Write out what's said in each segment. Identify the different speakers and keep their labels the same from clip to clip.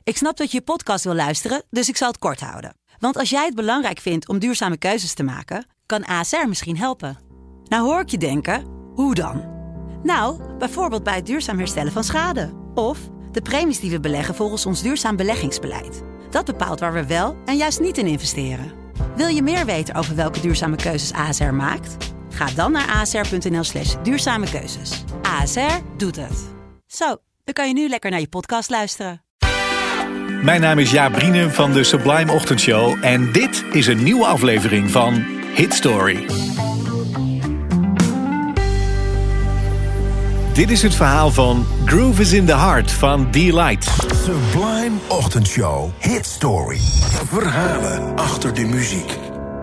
Speaker 1: Ik snap dat je podcast wil luisteren, dus ik zal het kort houden. Want als jij het belangrijk vindt om duurzame keuzes te maken, kan ASR misschien helpen. Nou hoor ik je denken, hoe dan? Nou, bijvoorbeeld bij het duurzaam herstellen van schade. Of de premies die we beleggen volgens ons duurzaam beleggingsbeleid. Dat bepaalt waar we wel en juist niet in investeren. Wil je meer weten over welke duurzame keuzes ASR maakt? Ga dan naar asr.nl/duurzame keuzes. ASR doet het. Zo, dan kan je nu lekker naar je podcast luisteren.
Speaker 2: Mijn naam is Jaap Brienen van de Sublime Ochtendshow en dit is een nieuwe aflevering van Hit Story. Dit is het verhaal van Groove is in the Heart van D-Light.
Speaker 3: Sublime Ochtendshow Hit Story. Verhalen achter de muziek.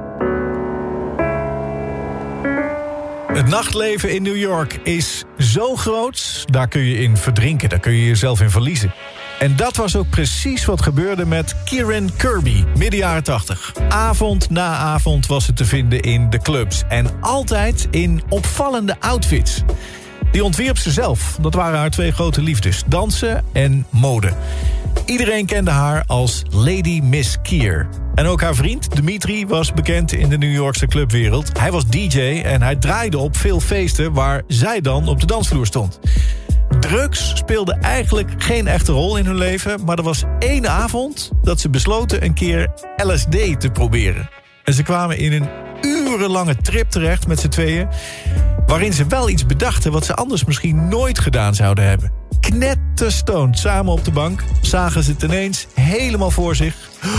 Speaker 4: Het nachtleven in New York is zo groot, daar kun je in verdrinken, daar kun je jezelf in verliezen. En dat was ook precies wat gebeurde met Kieran Kirby, midden jaren 80. Avond na avond was ze te vinden in de clubs en altijd in opvallende outfits. Die ontwierp ze zelf, dat waren haar twee grote liefdes, dansen en mode. Iedereen kende haar als Lady Miss Kier. En ook haar vriend Dimitri was bekend in de New Yorkse clubwereld. Hij was DJ en hij draaide op veel feesten waar zij dan op de dansvloer stond. Drugs speelden eigenlijk geen echte rol in hun leven, maar er was één avond dat ze besloten een keer LSD te proberen. En ze kwamen in een urenlange trip terecht met z'n tweeën, waarin ze wel iets bedachten wat ze anders misschien nooit gedaan zouden hebben. Knetterstoned samen op de bank zagen ze het ineens helemaal voor zich.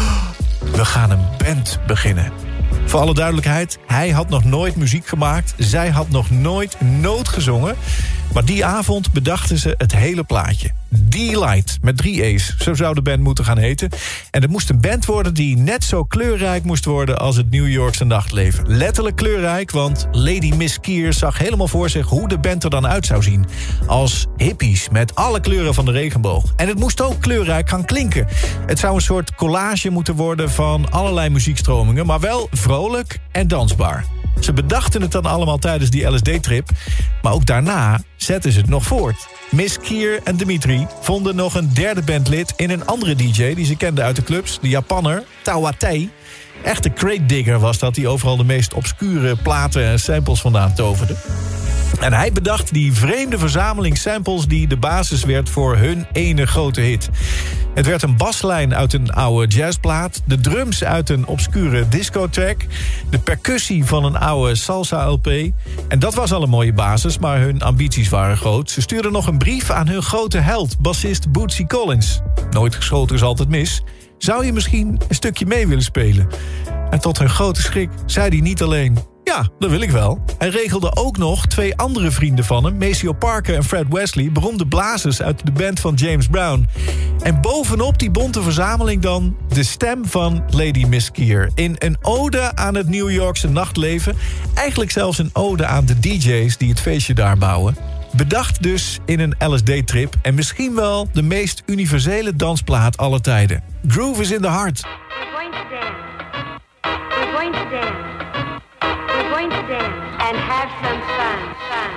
Speaker 4: We gaan een band beginnen. Voor alle duidelijkheid, hij had nog nooit muziek gemaakt. Zij had nog nooit een noot gezongen. Maar die avond bedachten ze het hele plaatje. D-Light, met 3 E's. Zo zou de band moeten gaan heten. En het moest een band worden die net zo kleurrijk moest worden als het New Yorkse nachtleven. Letterlijk kleurrijk, want Lady Miss Kier zag helemaal voor zich hoe de band er dan uit zou zien. Als hippies, met alle kleuren van de regenboog. En het moest ook kleurrijk gaan klinken. Het zou een soort collage moeten worden van allerlei muziekstromingen, maar wel vrolijk en dansbaar. Ze bedachten het dan allemaal tijdens die LSD-trip, maar ook daarna zetten ze het nog voort. Miss Kier en Dimitri vonden nog een derde bandlid in een andere DJ die ze kenden uit de clubs, de Japanner Tawatei. Echte crate digger was dat, die overal de meest obscure platen en samples vandaan toverde. En hij bedacht die vreemde verzameling samples die de basis werd voor hun ene grote hit. Het werd een baslijn uit een oude jazzplaat, de drums uit een obscure discotrack, de percussie van een oude salsa-LP. En dat was al een mooie basis, maar hun ambities waren groot. Ze stuurden nog een brief aan hun grote held, bassist Bootsy Collins. Nooit geschoten is altijd mis. Zou je misschien een stukje mee willen spelen? En tot hun grote schrik zei hij niet alleen: ja, dat wil ik wel. Hij regelde ook nog 2 andere vrienden van hem, Maceo Parker en Fred Wesley, beroemde blazers uit de band van James Brown. En bovenop die bonte verzameling dan de stem van Lady Miss Kier. In een ode aan het New Yorkse nachtleven. Eigenlijk zelfs een ode aan de DJ's die het feestje daar bouwen. Bedacht dus in een LSD-trip en misschien wel de meest universele dansplaat aller tijden. Groove is in the Heart.
Speaker 5: We're going to dance. We're going to dance. We're going to dance and have some fun.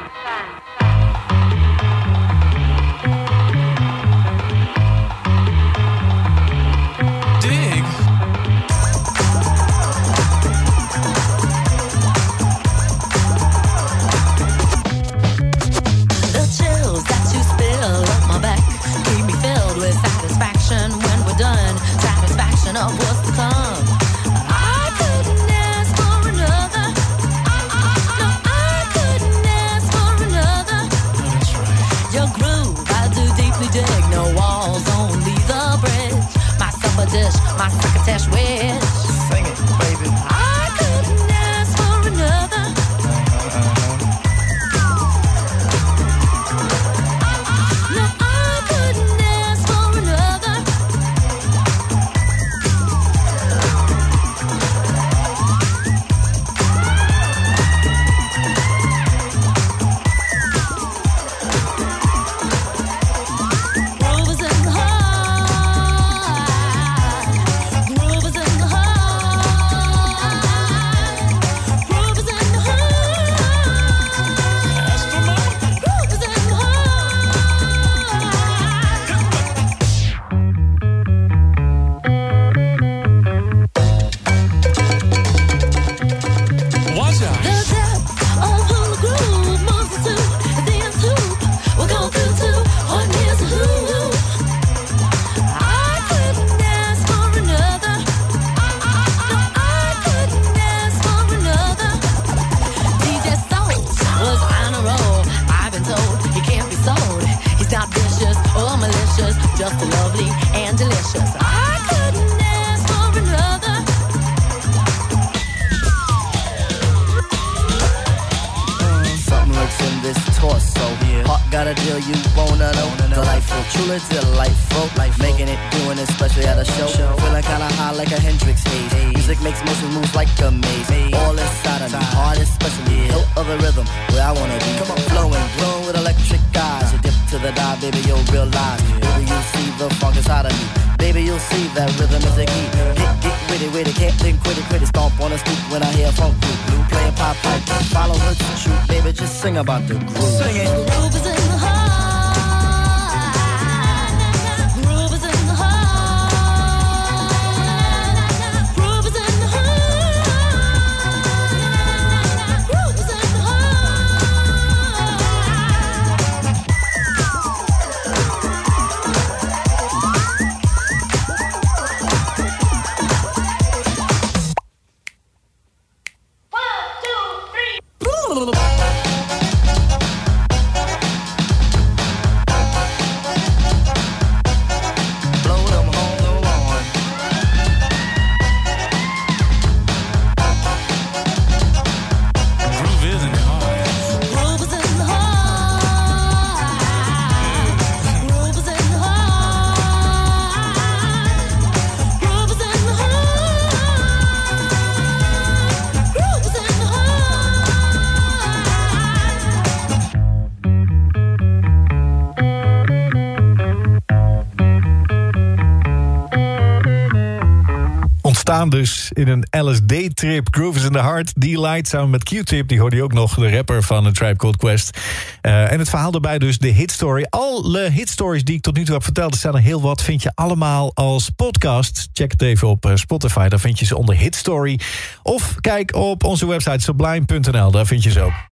Speaker 4: Dig.
Speaker 6: The chills that you spill up my back keep me filled with satisfaction when we're done. Satisfaction of what's to come. I couldn't ask for another. No, I couldn't ask for another. Your groove, I do deeply dig. No walls, only the bridge. My supper dish, my crocketesh wish.
Speaker 7: Sing it, baby.
Speaker 6: I couldn't ask for another. No, I couldn't ask for another. lovely and delicious. I couldn't ask for another.
Speaker 7: Something lurks in this torso. Heart got a deal you wanna know. Delightful, truly delightful. Making it, doing it, especially at a show. Feeling kinda high like a Hendrix haze. Music makes motion moves like a maze. All inside of me, heart especially. Hilt of the rhythm, where I wanna be. Come on, flowing, glowing with electric eyes. You dip to the dive, baby, you'll realize. Baby, you'll see the funk inside of me. Baby, you'll see that rhythm is the key. Get with it, can't think, quit it. Stomp on the stoop when I hear funk group. Blue playing pop pipe, follow her to shoot. Baby, just sing about the groove. Sing it.
Speaker 6: The groove is in the heart. Groove is in the heart. Groove is in the heart. Groove is in the heart.
Speaker 4: Staan dus in een LSD-trip. Groove is in the Heart, D-Light samen met Q-Tip. Die hoorde je ook nog, de rapper van A Tribe Called Quest. En het verhaal daarbij dus de hitstory. Alle hitstories die ik tot nu toe heb verteld, er staan er heel wat, vind je allemaal als podcast. Check het even op Spotify, daar vind je ze onder Hitstory. Of kijk op onze website sublime.nl, daar vind je ze ook.